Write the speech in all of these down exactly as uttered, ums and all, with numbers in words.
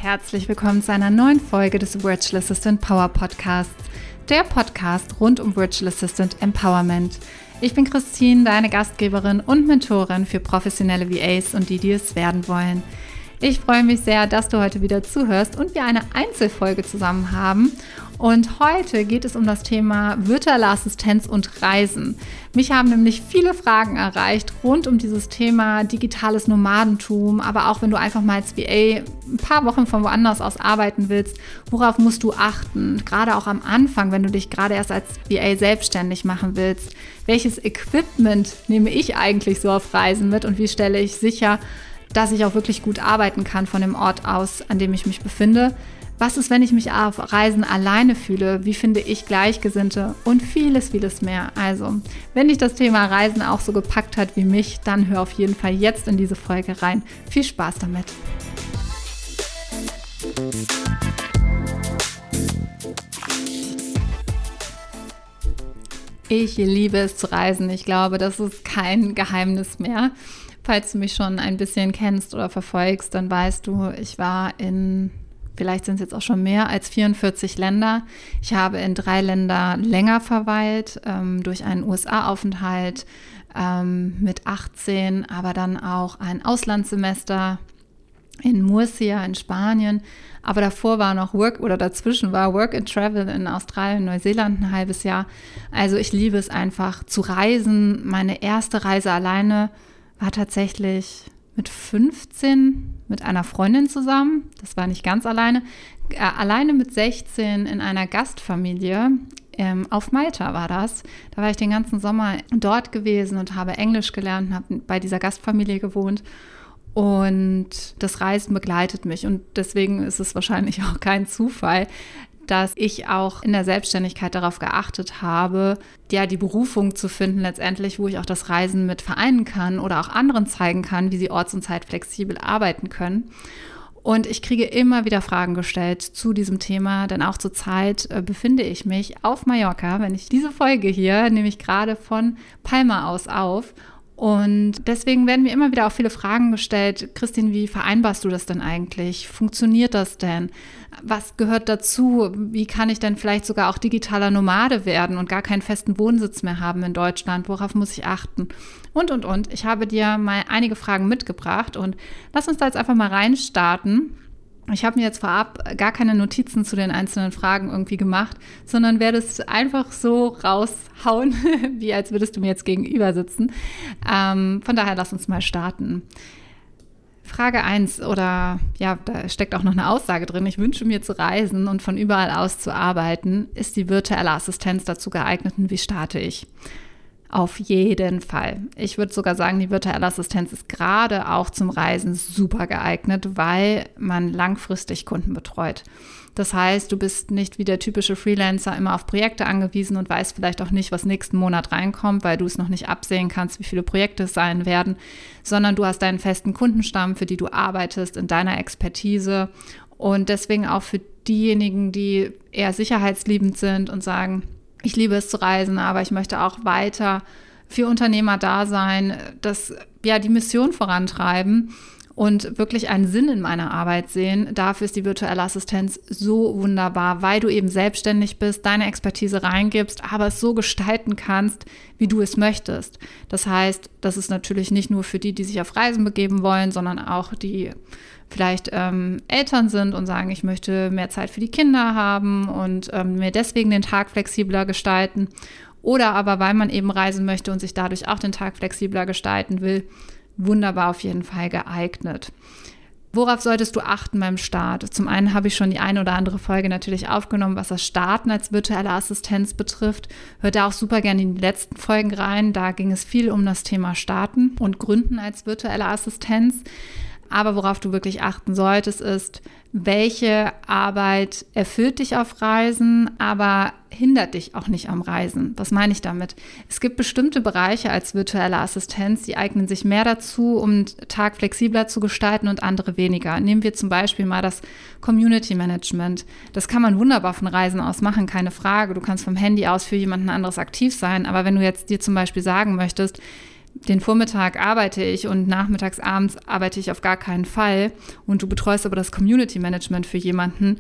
herzlich willkommen zu einer neuen Folge des Virtual Assistant Power Podcasts, der Podcast rund um Virtual Assistant Empowerment. Ich bin Christine, deine Gastgeberin und Mentorin für professionelle V As und die, die es werden wollen. Ich freue mich sehr, dass du heute wieder zuhörst und wir eine Einzelfolge zusammen haben. Und heute geht es um das Thema virtuelle Assistenz und Reisen. Mich haben nämlich viele Fragen erreicht rund um dieses Thema digitales Nomadentum, aber auch wenn du einfach mal als V A ein paar Wochen von woanders aus arbeiten willst, worauf musst du achten? Gerade auch am Anfang, wenn du dich gerade erst als V A selbstständig machen willst. Welches Equipment nehme ich eigentlich so auf Reisen mit und wie stelle ich sicher, dass ich auch wirklich gut arbeiten kann von dem Ort aus, an dem ich mich befinde? Was ist, wenn ich mich auf Reisen alleine fühle? Wie finde ich Gleichgesinnte? Und vieles, vieles mehr. Also, wenn dich das Thema Reisen auch so gepackt hat wie mich, dann hör auf jeden Fall jetzt in diese Folge rein. Viel Spaß damit! Ich liebe es zu reisen. Ich glaube, das ist kein Geheimnis mehr. Falls du mich schon ein bisschen kennst oder verfolgst, dann weißt du, ich war in, vielleicht sind es jetzt auch schon mehr als vierundvierzig Länder. Ich habe in drei Länder länger verweilt, ähm, durch einen U S A-Aufenthalt ähm, mit achtzehn, aber dann auch ein Auslandssemester in Murcia in Spanien. Aber davor war noch Work oder dazwischen war Work and Travel in Australien, Neuseeland ein halbes Jahr. Also ich liebe es einfach zu reisen. Meine erste Reise alleine war tatsächlich mit fünfzehn mit einer Freundin zusammen. Das war nicht ganz alleine. Äh, alleine mit sechzehn in einer Gastfamilie. Ähm, auf Malta war das. Da war ich den ganzen Sommer dort gewesen und habe Englisch gelernt und habe bei dieser Gastfamilie gewohnt. Und das Reisen begleitet mich. Und deswegen ist es wahrscheinlich auch kein Zufall, dass ich auch in der Selbstständigkeit darauf geachtet habe, ja, die Berufung zu finden letztendlich, wo ich auch das Reisen mit vereinen kann oder auch anderen zeigen kann, wie sie orts- und zeitflexibel arbeiten können. Und ich kriege immer wieder Fragen gestellt zu diesem Thema, denn auch zurzeit äh, befinde ich mich auf Mallorca. Wenn ich diese Folge hier nehme ich gerade von Palma aus auf. Und deswegen werden mir immer wieder auch viele Fragen gestellt. Christine, wie vereinbarst du das denn eigentlich? Funktioniert das denn? Was gehört dazu? Wie kann ich denn vielleicht sogar auch digitaler Nomade werden und gar keinen festen Wohnsitz mehr haben in Deutschland? Worauf muss ich achten? Und, und, und. Ich habe dir mal einige Fragen mitgebracht und lass uns da jetzt einfach mal reinstarten. Ich habe mir jetzt vorab gar keine Notizen zu den einzelnen Fragen irgendwie gemacht, sondern werde es einfach so raushauen, wie als würdest du mir jetzt gegenüber sitzen. Ähm, von daher lass uns mal starten. Frage eins oder ja, da steckt auch noch eine Aussage drin. Ich wünsche mir zu reisen und von überall aus zu arbeiten. Ist die virtuelle Assistenz dazu geeignet und wie starte ich? Auf jeden Fall. Ich würde sogar sagen, die virtuelle Assistenz ist gerade auch zum Reisen super geeignet, weil man langfristig Kunden betreut. Das heißt, du bist nicht wie der typische Freelancer immer auf Projekte angewiesen und weißt vielleicht auch nicht, was nächsten Monat reinkommt, weil du es noch nicht absehen kannst, wie viele Projekte es sein werden, sondern du hast deinen festen Kundenstamm, für die du arbeitest, in deiner Expertise und deswegen auch für diejenigen, die eher sicherheitsliebend sind und sagen, ich liebe es zu reisen, aber ich möchte auch weiter für Unternehmer da sein, dass ja die Mission vorantreiben und wirklich einen Sinn in meiner Arbeit sehen. Dafür ist die virtuelle Assistenz so wunderbar, weil du eben selbstständig bist, deine Expertise reingibst, aber es so gestalten kannst, wie du es möchtest. Das heißt, das ist natürlich nicht nur für die, die sich auf Reisen begeben wollen, sondern auch die vielleicht ähm, Eltern sind und sagen, ich möchte mehr Zeit für die Kinder haben und ähm, mir deswegen den Tag flexibler gestalten. Oder aber, weil man eben reisen möchte und sich dadurch auch den Tag flexibler gestalten will, wunderbar auf jeden Fall geeignet. Worauf solltest du achten beim Start? Zum einen habe ich schon die eine oder andere Folge natürlich aufgenommen, was das Starten als virtuelle Assistenz betrifft. Hör da auch super gerne in die letzten Folgen rein. Da ging es viel um das Thema Starten und Gründen als virtuelle Assistenz. Aber worauf du wirklich achten solltest, ist, welche Arbeit erfüllt dich auf Reisen, aber hindert dich auch nicht am Reisen. Was meine ich damit? Es gibt bestimmte Bereiche als virtuelle Assistenz, die eignen sich mehr dazu, um den Tag flexibler zu gestalten und andere weniger. Nehmen wir zum Beispiel mal das Community Management. Das kann man wunderbar von Reisen aus machen, keine Frage. Du kannst vom Handy aus für jemanden anderes aktiv sein, aber wenn du jetzt dir zum Beispiel sagen möchtest, den Vormittag arbeite ich und nachmittags, abends arbeite ich auf gar keinen Fall und du betreust aber das Community Management für jemanden,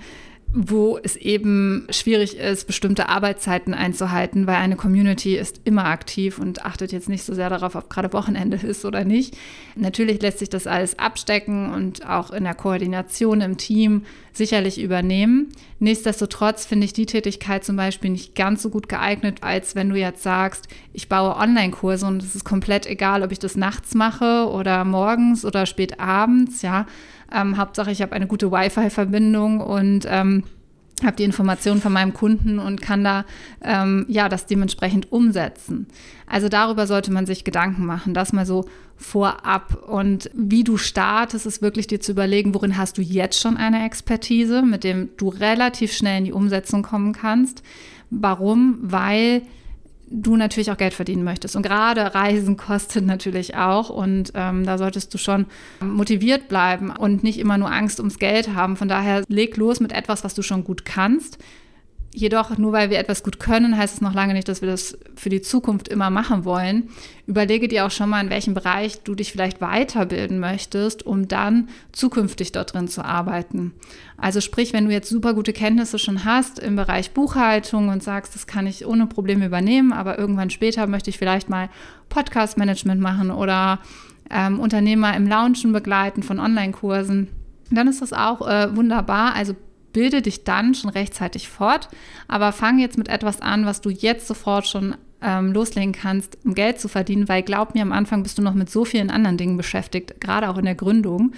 wo es eben schwierig ist, bestimmte Arbeitszeiten einzuhalten, weil eine Community ist immer aktiv und achtet jetzt nicht so sehr darauf, ob gerade Wochenende ist oder nicht. Natürlich lässt sich das alles abstecken und auch in der Koordination im Team sicherlich übernehmen. Nichtsdestotrotz finde ich die Tätigkeit zum Beispiel nicht ganz so gut geeignet, als wenn du jetzt sagst, ich baue Online-Kurse und es ist komplett egal, ob ich das nachts mache oder morgens oder spät abends, ja. Ähm, Hauptsache, ich habe eine gute Wi-Fi-Verbindung und ähm, habe die Informationen von meinem Kunden und kann da ähm, ja das dementsprechend umsetzen. Also darüber sollte man sich Gedanken machen, das mal so vorab. Und wie du startest, ist wirklich dir zu überlegen, worin hast du jetzt schon eine Expertise, mit dem du relativ schnell in die Umsetzung kommen kannst. Warum? Weil du natürlich auch Geld verdienen möchtest. Und gerade Reisen kostet natürlich auch. Und ähm, da solltest du schon motiviert bleiben und nicht immer nur Angst ums Geld haben. Von daher leg los mit etwas, was du schon gut kannst. Jedoch, nur weil wir etwas gut können, heißt es noch lange nicht, dass wir das für die Zukunft immer machen wollen. Überlege dir auch schon mal, in welchem Bereich du dich vielleicht weiterbilden möchtest, um dann zukünftig dort drin zu arbeiten. Also sprich, wenn du jetzt super gute Kenntnisse schon hast im Bereich Buchhaltung und sagst, das kann ich ohne Probleme übernehmen, aber irgendwann später möchte ich vielleicht mal Podcast-Management machen oder ähm, Unternehmer im Launchen begleiten von Online-Kursen, dann ist das auch äh, wunderbar. Also bilde dich dann schon rechtzeitig fort, aber fang jetzt mit etwas an, was du jetzt sofort schon ähm, loslegen kannst, um Geld zu verdienen, weil glaub mir, am Anfang bist du noch mit so vielen anderen Dingen beschäftigt, gerade auch in der Gründung.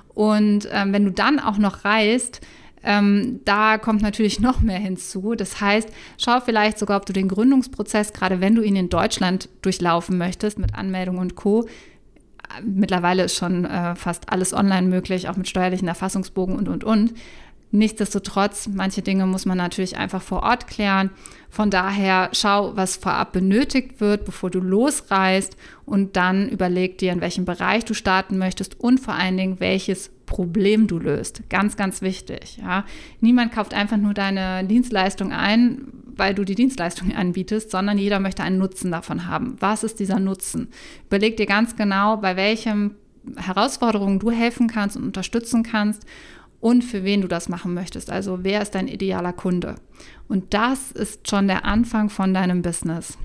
Und ähm, wenn du dann auch noch reist, ähm, da kommt natürlich noch mehr hinzu. Das heißt, schau vielleicht sogar, ob du den Gründungsprozess, gerade wenn du ihn in Deutschland durchlaufen möchtest, mit Anmeldung und Co., mittlerweile ist schon äh, fast alles online möglich, auch mit steuerlichen Erfassungsbogen und, und, und. Nichtsdestotrotz, manche Dinge muss man natürlich einfach vor Ort klären. Von daher schau, was vorab benötigt wird, bevor du losreist und dann überleg dir, in welchem Bereich du starten möchtest und vor allen Dingen, welches Problem du löst. Ganz, ganz wichtig. Ja. Niemand kauft einfach nur deine Dienstleistung ein, weil du die Dienstleistung anbietest, sondern jeder möchte einen Nutzen davon haben. Was ist dieser Nutzen? Überleg dir ganz genau, bei welchen Herausforderungen du helfen kannst und unterstützen kannst und für wen du das machen möchtest. Also wer ist dein idealer Kunde? Und das ist schon der Anfang von deinem Business.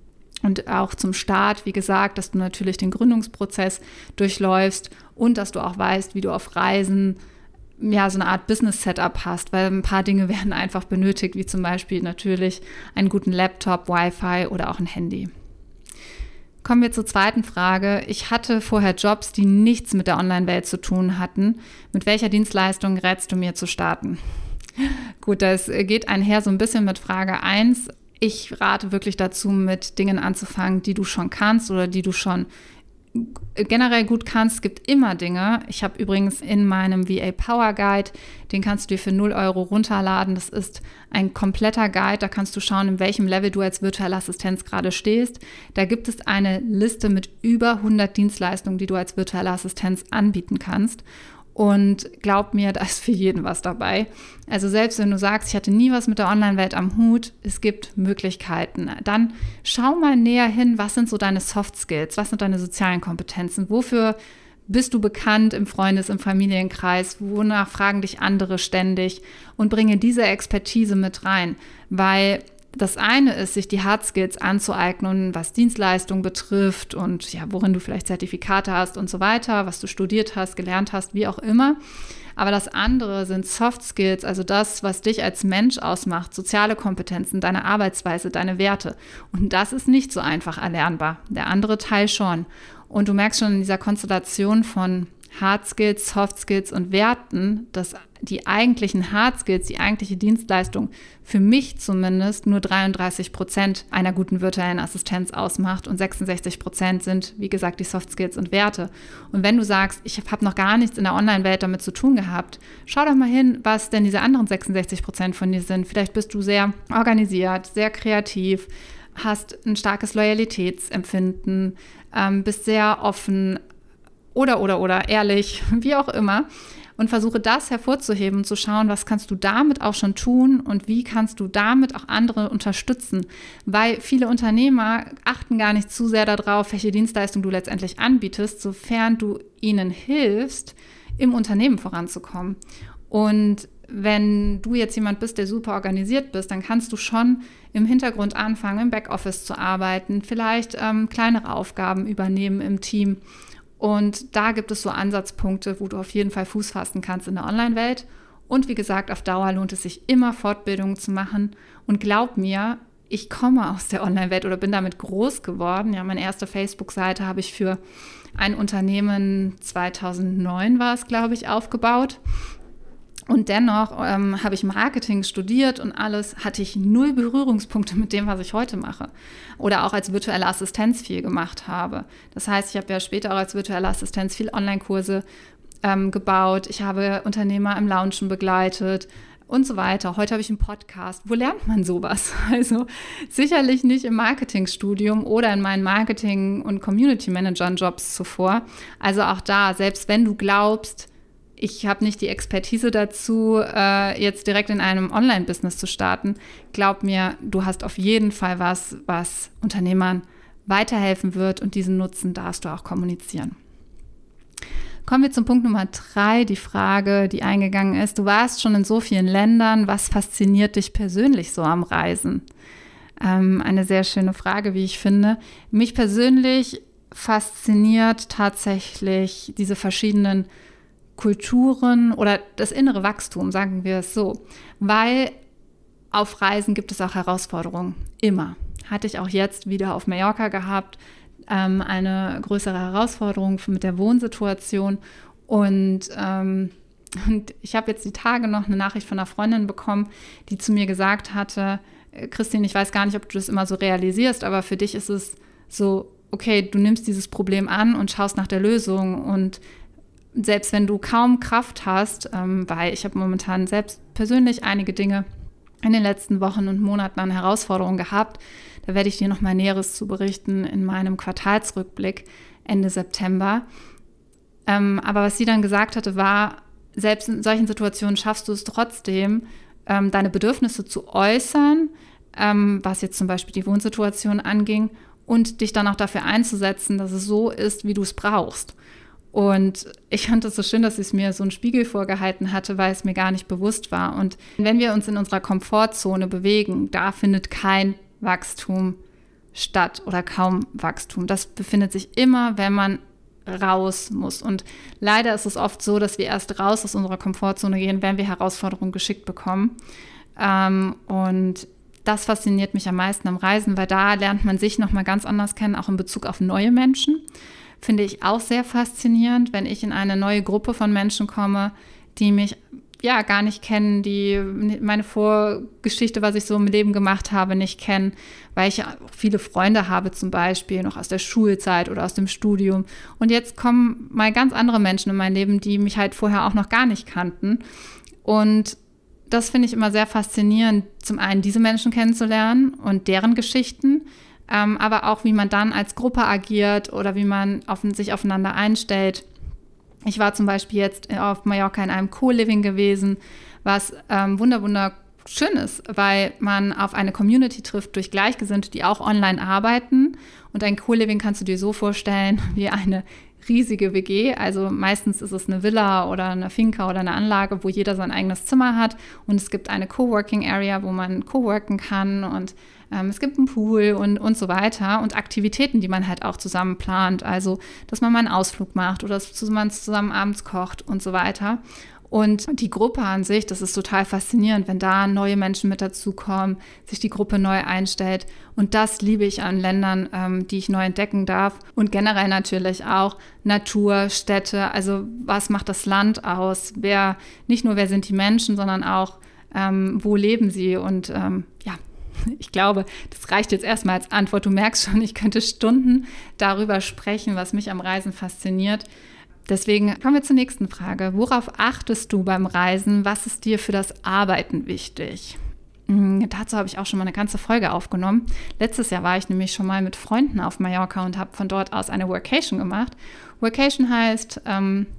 Und auch zum Start, wie gesagt, dass du natürlich den Gründungsprozess durchläufst und dass du auch weißt, wie du auf Reisen ja so eine Art Business-Setup hast, weil ein paar Dinge werden einfach benötigt, wie zum Beispiel natürlich einen guten Laptop, Wi-Fi oder auch ein Handy. Kommen wir zur zweiten Frage. Ich hatte vorher Jobs, die nichts mit der Online-Welt zu tun hatten. Mit welcher Dienstleistung rätst du mir zu starten? Gut, das geht einher so ein bisschen mit Frage eins. Ich rate wirklich dazu, mit Dingen anzufangen, die du schon kannst oder die du schon generell gut kannst. Es gibt immer Dinge. Ich habe übrigens in meinem V A Power Guide, den kannst du dir für null Euro runterladen. Das ist ein kompletter Guide. Da kannst du schauen, in welchem Level du als virtuelle Assistenz gerade stehst. Da gibt es eine Liste mit über hundert Dienstleistungen, die du als virtuelle Assistenz anbieten kannst. Und glaub mir, da ist für jeden was dabei. Also selbst wenn du sagst, ich hatte nie was mit der Online-Welt am Hut, es gibt Möglichkeiten. Dann schau mal näher hin, was sind so deine Soft Skills, was sind deine sozialen Kompetenzen, wofür bist du bekannt im Freundes-, im Familienkreis, wonach fragen dich andere ständig und bringe diese Expertise mit rein, weil das eine ist, sich die Hard Skills anzueignen, was Dienstleistung betrifft und ja, worin du vielleicht Zertifikate hast und so weiter, was du studiert hast, gelernt hast, wie auch immer. Aber das andere sind Soft Skills, also das, was dich als Mensch ausmacht, soziale Kompetenzen, deine Arbeitsweise, deine Werte. Und das ist nicht so einfach erlernbar. Der andere Teil schon. Und du merkst schon in dieser Konstellation von Hard Skills, Soft Skills und Werten, dass die eigentlichen Hard Skills, die eigentliche Dienstleistung für mich zumindest nur dreiunddreißig Prozent einer guten virtuellen Assistenz ausmacht und sechsundsechzig Prozent sind, wie gesagt, die Soft Skills und Werte. Und wenn du sagst, ich habe noch gar nichts in der Online-Welt damit zu tun gehabt, schau doch mal hin, was denn diese anderen sechsundsechzig Prozent von dir sind. Vielleicht bist du sehr organisiert, sehr kreativ, hast ein starkes Loyalitätsempfinden, ähm, bist sehr offen, Oder, oder, oder, ehrlich, wie auch immer. und versuche das hervorzuheben und zu schauen, was kannst du damit auch schon tun und wie kannst du damit auch andere unterstützen. Weil viele Unternehmer achten gar nicht zu sehr darauf, welche Dienstleistung du letztendlich anbietest, sofern du ihnen hilfst, im Unternehmen voranzukommen. Und wenn du jetzt jemand bist, der super organisiert bist, dann kannst du schon im Hintergrund anfangen, im Backoffice zu arbeiten, vielleicht ähm, kleinere Aufgaben übernehmen im Team. Und da gibt es so Ansatzpunkte, wo du auf jeden Fall Fuß fassen kannst in der Online-Welt. Und wie gesagt, auf Dauer lohnt es sich immer, Fortbildungen zu machen. Und glaub mir, ich komme aus der Online-Welt oder bin damit groß geworden. Ja, meine erste Facebook-Seite habe ich für ein Unternehmen zweitausendneun war es, glaube ich, aufgebaut. Und dennoch ähm, habe ich Marketing studiert und alles, hatte ich null Berührungspunkte mit dem, was ich heute mache. Oder auch als virtuelle Assistenz viel gemacht habe. Das heißt, ich habe ja später auch als virtuelle Assistenz viel Online-Kurse ähm, gebaut. Ich habe Unternehmer im Launchen begleitet und so weiter. Heute habe ich einen Podcast. Wo lernt man sowas? Also sicherlich nicht im Marketingstudium oder in meinen Marketing- und Community-Managern-Jobs zuvor. Also auch da, selbst wenn du glaubst, ich habe nicht die Expertise dazu, äh, jetzt direkt in einem Online-Business zu starten. Glaub mir, du hast auf jeden Fall was, was Unternehmern weiterhelfen wird und diesen Nutzen darfst du auch kommunizieren. Kommen wir zum Punkt Nummer drei, die Frage, die eingegangen ist. Du warst schon in so vielen Ländern. Was fasziniert dich persönlich so am Reisen? Ähm, eine sehr schöne Frage, wie ich finde. Mich persönlich fasziniert tatsächlich diese verschiedenen Kulturen oder das innere Wachstum, sagen wir es so. Weil auf Reisen gibt es auch Herausforderungen, immer. Hatte ich auch jetzt wieder auf Mallorca gehabt, ähm, eine größere Herausforderung mit der Wohnsituation. Und, ähm, und ich habe jetzt die Tage noch eine Nachricht von einer Freundin bekommen, die zu mir gesagt hatte, Christine, ich weiß gar nicht, ob du das immer so realisierst, aber für dich ist es so, okay, du nimmst dieses Problem an und schaust nach der Lösung und selbst wenn du kaum Kraft hast, ähm, weil ich habe momentan selbst persönlich einige Dinge in den letzten Wochen und Monaten an Herausforderungen gehabt, da werde ich dir noch mal Näheres zu berichten in meinem Quartalsrückblick Ende September. Ähm, aber was sie dann gesagt hatte, war, selbst in solchen Situationen schaffst du es trotzdem, ähm, deine Bedürfnisse zu äußern, ähm, was jetzt zum Beispiel die Wohnsituation anging, und dich dann auch dafür einzusetzen, dass es so ist, wie du es brauchst. Und ich fand es so schön, dass sie es mir so einen Spiegel vorgehalten hatte, weil es mir gar nicht bewusst war. Und wenn wir uns in unserer Komfortzone bewegen, da findet kein Wachstum statt oder kaum Wachstum. Das befindet sich immer, wenn man raus muss. Und leider ist es oft so, dass wir erst raus aus unserer Komfortzone gehen, wenn wir Herausforderungen geschickt bekommen. Ähm, und das fasziniert mich am meisten am Reisen, weil da lernt man sich nochmal ganz anders kennen, auch in Bezug auf neue Menschen. Finde ich auch sehr faszinierend, wenn ich in eine neue Gruppe von Menschen komme, die mich ja gar nicht kennen, die meine Vorgeschichte, was ich so im Leben gemacht habe, nicht kennen, weil ich ja auch viele Freunde habe, zum Beispiel noch aus der Schulzeit oder aus dem Studium. Und jetzt kommen mal ganz andere Menschen in mein Leben, die mich halt vorher auch noch gar nicht kannten. Und das finde ich immer sehr faszinierend, zum einen diese Menschen kennenzulernen und deren Geschichten, Ähm, aber auch, wie man dann als Gruppe agiert oder wie man auf, sich aufeinander einstellt. Ich war zum Beispiel jetzt auf Mallorca in einem Co-Living gewesen, was ähm, wunder, wunderschön ist, weil man auf eine Community trifft durch Gleichgesinnte, die auch online arbeiten. Und ein Co-Living kannst du dir so vorstellen wie eine riesige W G. Also meistens ist es eine Villa oder eine Finca oder eine Anlage, wo jeder sein eigenes Zimmer hat. Und es gibt eine Coworking Area, wo man coworken kann, und ähm, es gibt einen Pool und, und so weiter und Aktivitäten, die man halt auch zusammen plant. Also, dass man mal einen Ausflug macht oder dass man zusammen abends kocht und so weiter. Und die Gruppe an sich, das ist total faszinierend, wenn da neue Menschen mit dazukommen, sich die Gruppe neu einstellt. Und das liebe ich an Ländern, ähm, die ich neu entdecken darf. Und generell natürlich auch Natur, Städte. Also was macht das Land aus? Wer, nicht nur wer sind die Menschen, sondern auch ähm, wo leben sie? Und ähm, ja, ich glaube, das reicht jetzt erstmal als Antwort. Du merkst schon, ich könnte Stunden darüber sprechen, was mich am Reisen fasziniert. Deswegen kommen wir zur nächsten Frage. Worauf achtest du beim Reisen? Was ist dir für das Arbeiten wichtig? Mhm, dazu habe ich auch schon mal eine ganze Folge aufgenommen. Letztes Jahr war ich nämlich schon mal mit Freunden auf Mallorca und habe von dort aus eine Workation gemacht. Workation heißt, ähm,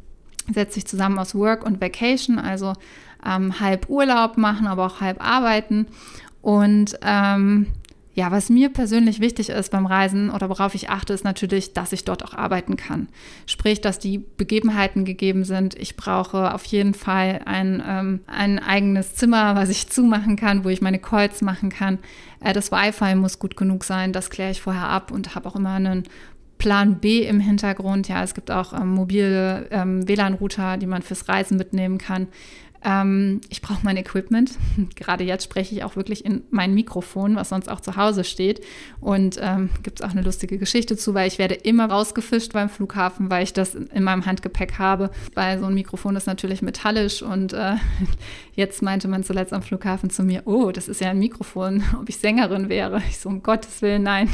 setzt sich zusammen aus Work und Vacation, also ähm, halb Urlaub machen, aber auch halb arbeiten. Und ähm, ja, was mir persönlich wichtig ist beim Reisen oder worauf ich achte, ist natürlich, dass ich dort auch arbeiten kann. Sprich, dass die Begebenheiten gegeben sind. Ich brauche auf jeden Fall ein, ähm, ein eigenes Zimmer, was ich zumachen kann, wo ich meine Calls machen kann. Äh, das Wi-Fi muss gut genug sein, das kläre ich vorher ab und habe auch immer einen Plan B im Hintergrund. Ja, es gibt auch ähm, mobile ähm, W L A N-Router, die man fürs Reisen mitnehmen kann. Ähm, ich brauche mein Equipment. Gerade jetzt spreche ich auch wirklich in mein Mikrofon, was sonst auch zu Hause steht. Und ähm, gibt es auch eine lustige Geschichte zu, weil ich werde immer rausgefischt beim Flughafen, weil ich das in meinem Handgepäck habe. Weil so ein Mikrofon ist natürlich metallisch und äh, jetzt meinte man zuletzt am Flughafen zu mir, oh, das ist ja ein Mikrofon, ob ich Sängerin wäre. Ich so, um Gottes Willen, nein.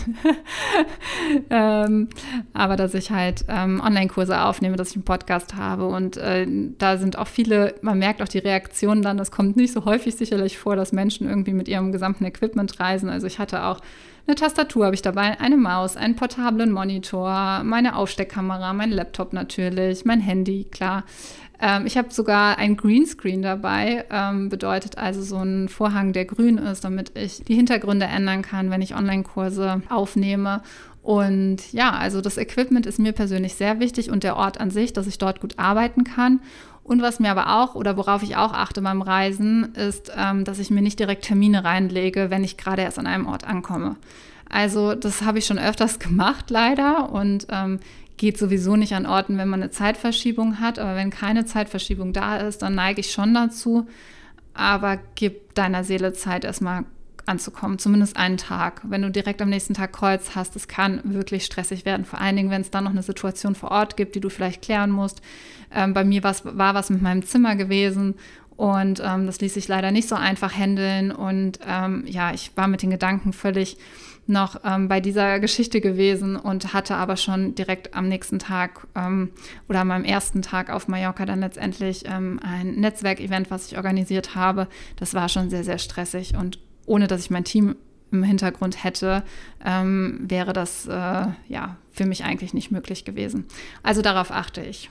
ähm, aber dass ich halt ähm, Online-Kurse aufnehme, dass ich einen Podcast habe und äh, da sind auch viele, man merkt auch die Reaktionen dann, das kommt nicht so häufig sicherlich vor, dass Menschen irgendwie mit ihrem gesamten Equipment reisen. Also ich hatte auch eine Tastatur, habe ich dabei, eine Maus, einen portablen Monitor, meine Aufsteckkamera, mein Laptop natürlich, mein Handy, klar. Ähm, ich habe sogar ein Greenscreen dabei, ähm, bedeutet also so ein Vorhang, der grün ist, damit ich die Hintergründe ändern kann, wenn ich Online-Kurse aufnehme. Und ja, also das Equipment ist mir persönlich sehr wichtig und der Ort an sich, dass ich dort gut arbeiten kann. Und was mir aber auch oder worauf ich auch achte beim Reisen, ist, ähm, dass ich mir nicht direkt Termine reinlege, wenn ich gerade erst an einem Ort ankomme. Also das habe ich schon öfters gemacht leider und ähm, geht sowieso nicht an Orten, wenn man eine Zeitverschiebung hat. Aber wenn keine Zeitverschiebung da ist, dann neige ich schon dazu. Aber gib deiner Seele Zeit, erstmal anzukommen, zumindest einen Tag. Wenn du direkt am nächsten Tag Calls hast, das kann wirklich stressig werden. Vor allen Dingen, wenn es dann noch eine Situation vor Ort gibt, die du vielleicht klären musst. Ähm, bei mir war was mit meinem Zimmer gewesen und ähm, das ließ sich leider nicht so einfach handeln. Und ähm, ja, ich war mit den Gedanken völlig noch ähm, bei dieser Geschichte gewesen und hatte aber schon direkt am nächsten Tag ähm, oder an meinem ersten Tag auf Mallorca dann letztendlich ähm, ein Netzwerkevent, was ich organisiert habe. Das war schon sehr, sehr stressig und ohne dass ich mein Team im Hintergrund hätte, ähm, wäre das äh, ja für mich eigentlich nicht möglich gewesen. Also darauf achte ich.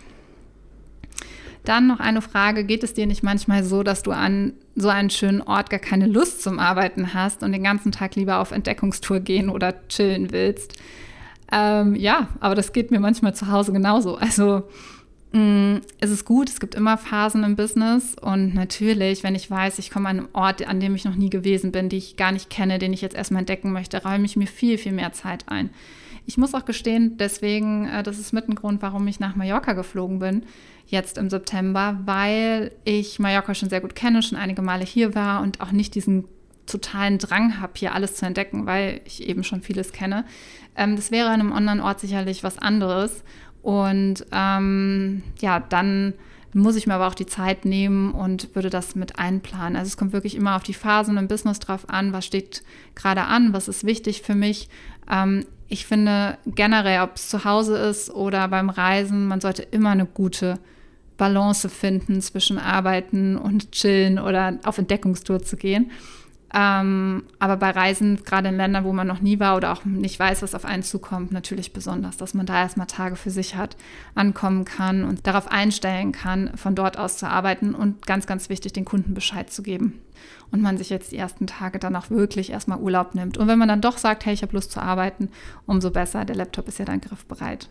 Dann noch eine Frage, geht es dir nicht manchmal so, dass du an so einen schönen Ort gar keine Lust zum Arbeiten hast und den ganzen Tag lieber auf Entdeckungstour gehen oder chillen willst? Ähm, ja, aber das geht mir manchmal zu Hause genauso. Also mh, es ist gut, es gibt immer Phasen im Business und natürlich, wenn ich weiß, ich komme an einen Ort, an dem ich noch nie gewesen bin, den ich gar nicht kenne, den ich jetzt erstmal entdecken möchte, räume ich mir viel, viel mehr Zeit ein. Ich muss auch gestehen, deswegen, äh, das ist mit ein Grund, warum ich nach Mallorca geflogen bin, jetzt im September, weil ich Mallorca schon sehr gut kenne, schon einige Male hier war und auch nicht diesen totalen Drang habe, hier alles zu entdecken, weil ich eben schon vieles kenne. Ähm, das wäre an einem anderen Ort sicherlich was anderes. Und ähm, ja, dann muss ich mir aber auch die Zeit nehmen und würde das mit einplanen. Also es kommt wirklich immer auf die Phasen im Business drauf an, was steht gerade an, was ist wichtig für mich. Ähm, ich finde generell, ob es zu Hause ist oder beim Reisen, man sollte immer eine gute Balance finden zwischen Arbeiten und Chillen oder auf Entdeckungstour zu gehen. Ähm, aber bei Reisen, gerade in Ländern, wo man noch nie war oder auch nicht weiß, was auf einen zukommt, natürlich besonders, dass man da erstmal Tage für sich hat, ankommen kann und darauf einstellen kann, von dort aus zu arbeiten und ganz, ganz wichtig, den Kunden Bescheid zu geben. Und man sich jetzt die ersten Tage dann auch wirklich erstmal Urlaub nimmt. Und wenn man dann doch sagt, hey, ich habe Lust zu arbeiten, umso besser, der Laptop ist ja dann griffbereit.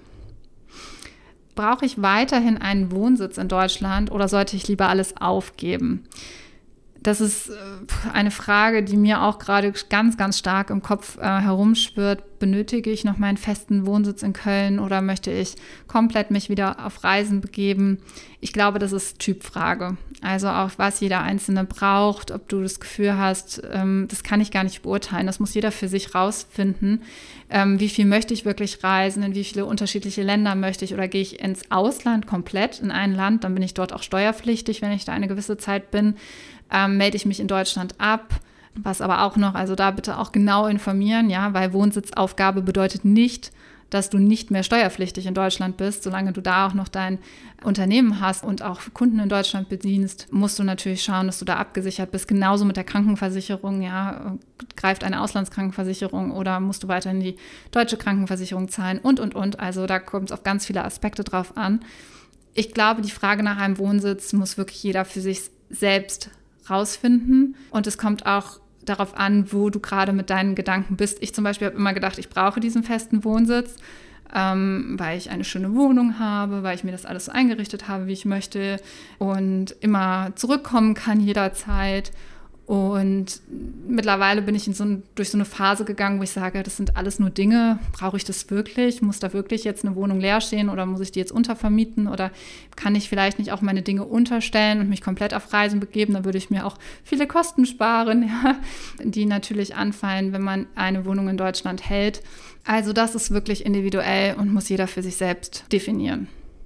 Brauche ich weiterhin einen Wohnsitz in Deutschland oder sollte ich lieber alles aufgeben? Das ist eine Frage, die mir auch gerade ganz, ganz stark im Kopf äh, herumschwirrt. Benötige ich noch meinen festen Wohnsitz in Köln oder möchte ich komplett mich wieder auf Reisen begeben? Ich glaube, das ist Typfrage. Also auch, was jeder Einzelne braucht, ob du das Gefühl hast, ähm, das kann ich gar nicht beurteilen. Das muss jeder für sich rausfinden. Ähm, wie viel möchte ich wirklich reisen? In wie viele unterschiedliche Länder möchte ich? Oder gehe ich ins Ausland komplett in ein Land? Dann bin ich dort auch steuerpflichtig, wenn ich da eine gewisse Zeit bin. Ähm, melde ich mich in Deutschland ab, was aber auch noch, also da bitte auch genau informieren, ja, weil Wohnsitzaufgabe bedeutet nicht, dass du nicht mehr steuerpflichtig in Deutschland bist. Solange du da auch noch dein Unternehmen hast und auch Kunden in Deutschland bedienst, musst du natürlich schauen, dass du da abgesichert bist. Genauso mit der Krankenversicherung, ja, greift eine Auslandskrankenversicherung oder musst du weiterhin die deutsche Krankenversicherung zahlen und, und, und. Also da kommt es auf ganz viele Aspekte drauf an. Ich glaube, die Frage nach einem Wohnsitz muss wirklich jeder für sich selbst rausfinden. Und es kommt auch darauf an, wo du gerade mit deinen Gedanken bist. Ich zum Beispiel habe immer gedacht, ich brauche diesen festen Wohnsitz, ähm, weil ich eine schöne Wohnung habe, weil ich mir das alles so eingerichtet habe, wie ich möchte und immer zurückkommen kann jederzeit. Und mittlerweile bin ich in so ein, durch so eine Phase gegangen, wo ich sage, das sind alles nur Dinge, brauche ich das wirklich? Muss da wirklich jetzt eine Wohnung leer stehen oder muss ich die jetzt untervermieten? Oder kann ich vielleicht nicht auch meine Dinge unterstellen und mich komplett auf Reisen begeben? Da würde ich mir auch viele Kosten sparen, ja, die natürlich anfallen, wenn man eine Wohnung in Deutschland hält. Also das ist wirklich individuell und muss jeder für sich selbst definieren.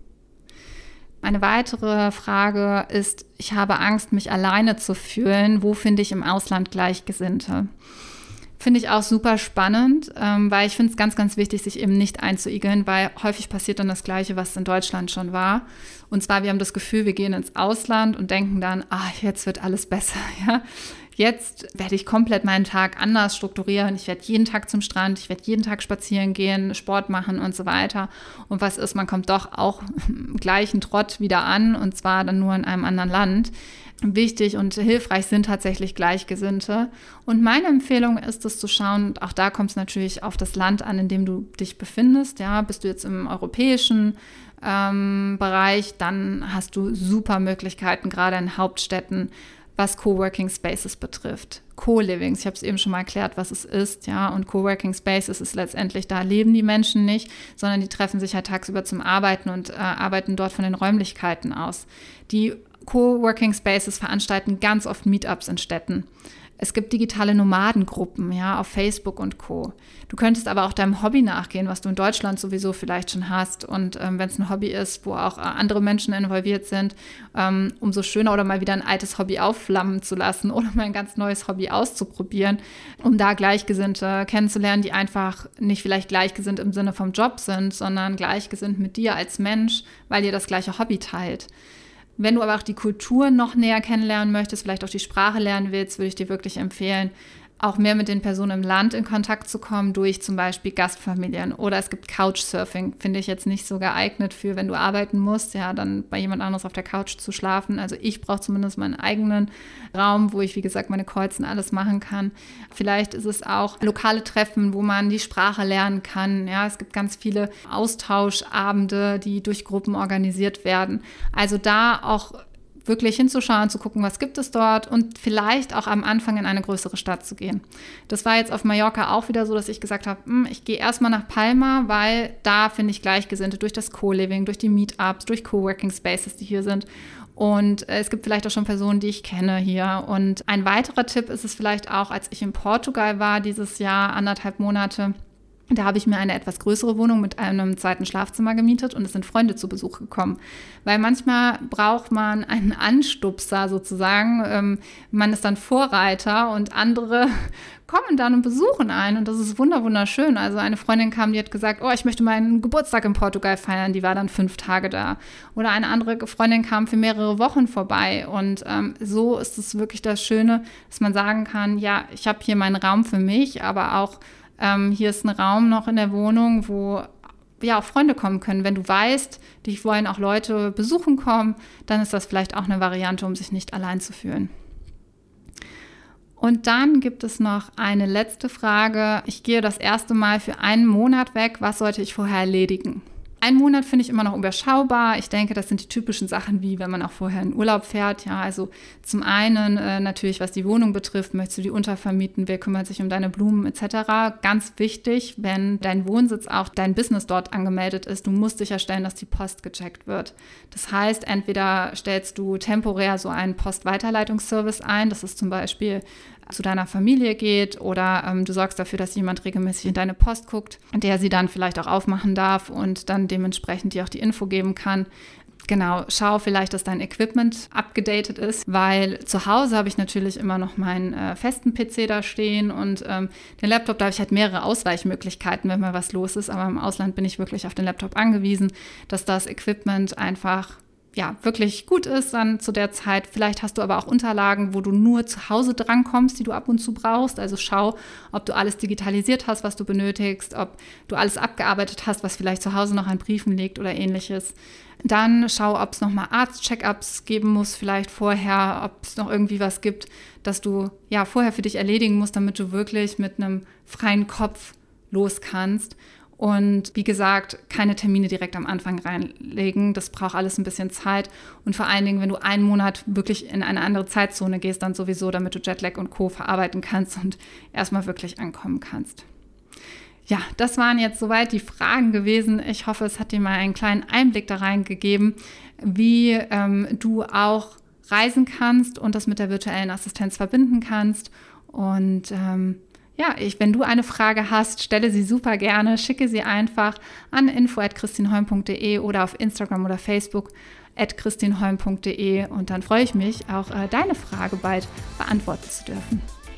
Eine weitere Frage ist, ich habe Angst, mich alleine zu fühlen. Wo finde ich im Ausland Gleichgesinnte? Finde ich auch super spannend, ähm, weil ich finde es ganz, ganz wichtig, sich eben nicht einzuigeln, weil häufig passiert dann das Gleiche, was in Deutschland schon war. Und zwar, wir haben das Gefühl, wir gehen ins Ausland und denken dann, ah, jetzt wird alles besser, ja. Jetzt werde ich komplett meinen Tag anders strukturieren. Ich werde jeden Tag zum Strand, ich werde jeden Tag spazieren gehen, Sport machen und so weiter. Und was ist, man kommt doch auch im gleichen Trott wieder an und zwar dann nur in einem anderen Land. Wichtig und hilfreich sind tatsächlich Gleichgesinnte. Und meine Empfehlung ist es zu schauen, auch da kommt es natürlich auf das Land an, in dem du dich befindest. Ja, bist du jetzt im europäischen ähm, Bereich, dann hast du super Möglichkeiten, gerade in Hauptstädten, was Coworking Spaces betrifft. Co-Livings, ich habe es eben schon mal erklärt, was es ist, ja, und Coworking Spaces ist letztendlich, da leben die Menschen nicht, sondern die treffen sich halt tagsüber zum Arbeiten und äh, arbeiten dort von den Räumlichkeiten aus. Die Coworking Spaces veranstalten ganz oft Meetups in Städten. Es gibt digitale Nomadengruppen, ja, auf Facebook und Co. Du könntest aber auch deinem Hobby nachgehen, was du in Deutschland sowieso vielleicht schon hast. Und ähm, wenn es ein Hobby ist, wo auch äh, andere Menschen involviert sind, ähm, umso schöner oder mal wieder ein altes Hobby aufflammen zu lassen oder mal ein ganz neues Hobby auszuprobieren, um da Gleichgesinnte kennenzulernen, die einfach nicht vielleicht gleichgesinnt im Sinne vom Job sind, sondern gleichgesinnt mit dir als Mensch, weil ihr das gleiche Hobby teilt. Wenn du aber auch die Kultur noch näher kennenlernen möchtest, vielleicht auch die Sprache lernen willst, würde ich dir wirklich empfehlen, auch mehr mit den Personen im Land in Kontakt zu kommen, durch zum Beispiel Gastfamilien. Oder es gibt Couchsurfing, finde ich jetzt nicht so geeignet für, wenn du arbeiten musst, ja, dann bei jemand anderes auf der Couch zu schlafen. Also ich brauche zumindest meinen eigenen Raum, wo ich, wie gesagt, meine Calls und alles machen kann. Vielleicht ist es auch lokale Treffen, wo man die Sprache lernen kann. Ja, es gibt ganz viele Austauschabende, die durch Gruppen organisiert werden. Also da auch wirklich hinzuschauen, zu gucken, was gibt es dort und vielleicht auch am Anfang in eine größere Stadt zu gehen. Das war jetzt auf Mallorca auch wieder so, dass ich gesagt habe, ich gehe erstmal nach Palma, weil da finde ich Gleichgesinnte durch das Co-Living, durch die Meetups, durch Coworking Spaces, die hier sind. Und es gibt vielleicht auch schon Personen, die ich kenne hier. Und ein weiterer Tipp ist es vielleicht auch, als ich in Portugal war dieses Jahr, anderthalb Monate, da habe ich mir eine etwas größere Wohnung mit einem zweiten Schlafzimmer gemietet und es sind Freunde zu Besuch gekommen. Weil manchmal braucht man einen Anstupser sozusagen. Ähm, man ist dann Vorreiter und andere kommen dann und besuchen einen und das ist wunderschön. Also eine Freundin kam, die hat gesagt, oh, ich möchte meinen Geburtstag in Portugal feiern. Die war dann fünf Tage da. Oder eine andere Freundin kam für mehrere Wochen vorbei und ähm, so ist es wirklich das Schöne, dass man sagen kann, ja, ich habe hier meinen Raum für mich, aber auch Ähm, hier ist ein Raum noch in der Wohnung, wo ja auch Freunde kommen können. Wenn du weißt, dich wollen auch Leute besuchen kommen, dann ist das vielleicht auch eine Variante, um sich nicht allein zu fühlen. Und dann gibt es noch eine letzte Frage. Ich gehe das erste Mal für einen Monat weg. Was sollte ich vorher erledigen? Ein Monat finde ich immer noch überschaubar. Ich denke, das sind die typischen Sachen, wie wenn man auch vorher in Urlaub fährt. Ja, also zum einen äh, natürlich, was die Wohnung betrifft, möchtest du die untervermieten, wer kümmert sich um deine Blumen et cetera. Ganz wichtig, wenn dein Wohnsitz auch dein Business dort angemeldet ist, du musst sicherstellen, dass die Post gecheckt wird. Das heißt, entweder stellst du temporär so einen Postweiterleitungsservice ein, das ist zum Beispiel zu deiner Familie geht oder ähm, du sorgst dafür, dass jemand regelmäßig in deine Post guckt, der sie dann vielleicht auch aufmachen darf und dann dementsprechend dir auch die Info geben kann. Genau, schau vielleicht, dass dein Equipment abgedatet ist, weil zu Hause habe ich natürlich immer noch meinen äh, festen P C da stehen und ähm, den Laptop, da habe ich halt mehrere Ausweichmöglichkeiten, wenn mal was los ist, aber im Ausland bin ich wirklich auf den Laptop angewiesen, dass das Equipment einfach ja, wirklich gut ist dann zu der Zeit. Vielleicht hast du aber auch Unterlagen, wo du nur zu Hause drankommst, die du ab und zu brauchst. Also schau, ob du alles digitalisiert hast, was du benötigst, ob du alles abgearbeitet hast, was vielleicht zu Hause noch an Briefen liegt oder ähnliches. Dann schau, ob es nochmal Arzt-Check-ups geben muss, vielleicht vorher, ob es noch irgendwie was gibt, das du ja vorher für dich erledigen musst, damit du wirklich mit einem freien Kopf los kannst. Und wie gesagt, keine Termine direkt am Anfang reinlegen. Das braucht alles ein bisschen Zeit. Und vor allen Dingen, wenn du einen Monat wirklich in eine andere Zeitzone gehst, dann sowieso, damit du Jetlag und Co. verarbeiten kannst und erstmal wirklich ankommen kannst. Ja, das waren jetzt soweit die Fragen gewesen. Ich hoffe, es hat dir mal einen kleinen Einblick da reingegeben, wie ähm, du auch reisen kannst und das mit der virtuellen Assistenz verbinden kannst. Und ähm, Ja, ich, wenn du eine Frage hast, stelle sie super gerne, schicke sie einfach an info at kristinholm punkt de oder auf Instagram oder Facebook at kristinholm punkt de und dann freue ich mich, auch äh, deine Frage bald beantworten zu dürfen.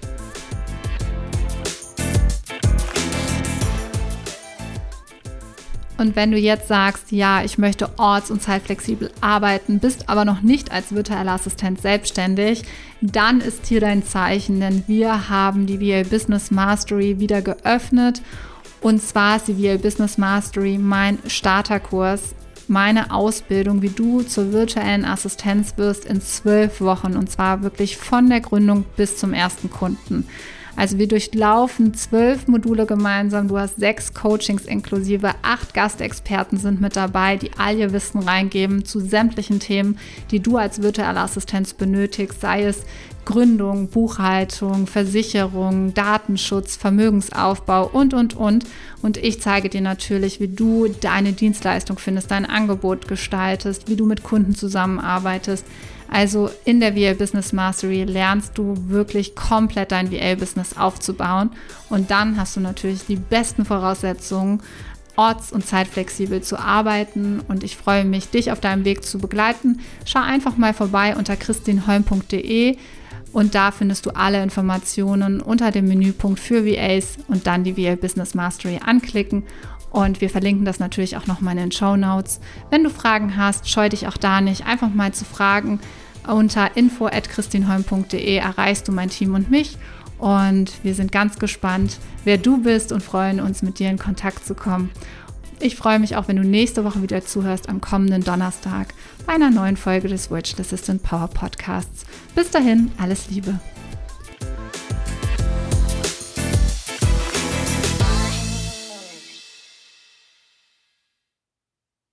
Und wenn du jetzt sagst, ja, ich möchte orts- und zeitflexibel arbeiten, bist aber noch nicht als virtueller Assistent selbstständig, dann ist hier dein Zeichen, denn wir haben die V A Business Mastery wieder geöffnet. Und zwar ist die V A Business Mastery mein Starterkurs, meine Ausbildung, wie du zur virtuellen Assistenz wirst in zwölf Wochen und zwar wirklich von der Gründung bis zum ersten Kunden. Also wir durchlaufen zwölf Module gemeinsam, du hast sechs Coachings inklusive, acht Gastexperten sind mit dabei, die all ihr Wissen reingeben zu sämtlichen Themen, die du als virtuelle Assistenz benötigst, sei es Gründung, Buchhaltung, Versicherung, Datenschutz, Vermögensaufbau und, und, und. Und ich zeige dir natürlich, wie du deine Dienstleistung findest, dein Angebot gestaltest, wie du mit Kunden zusammenarbeitest. Also in der V A Business Mastery lernst du wirklich komplett dein V A-Business aufzubauen und dann hast du natürlich die besten Voraussetzungen, orts- und zeitflexibel zu arbeiten und ich freue mich, dich auf deinem Weg zu begleiten. Schau einfach mal vorbei unter kristinholm punkt de und da findest du alle Informationen unter dem Menüpunkt für V As und dann die V A Business Mastery anklicken. Und wir verlinken das natürlich auch nochmal in den Shownotes. Wenn du Fragen hast, scheu dich auch da nicht, einfach mal zu fragen. Unter info at kristinholm punkt de erreichst du mein Team und mich. Und wir sind ganz gespannt, wer du bist und freuen uns, mit dir in Kontakt zu kommen. Ich freue mich auch, wenn du nächste Woche wieder zuhörst am kommenden Donnerstag bei einer neuen Folge des Virtual Assistant Power Podcasts. Bis dahin, alles Liebe.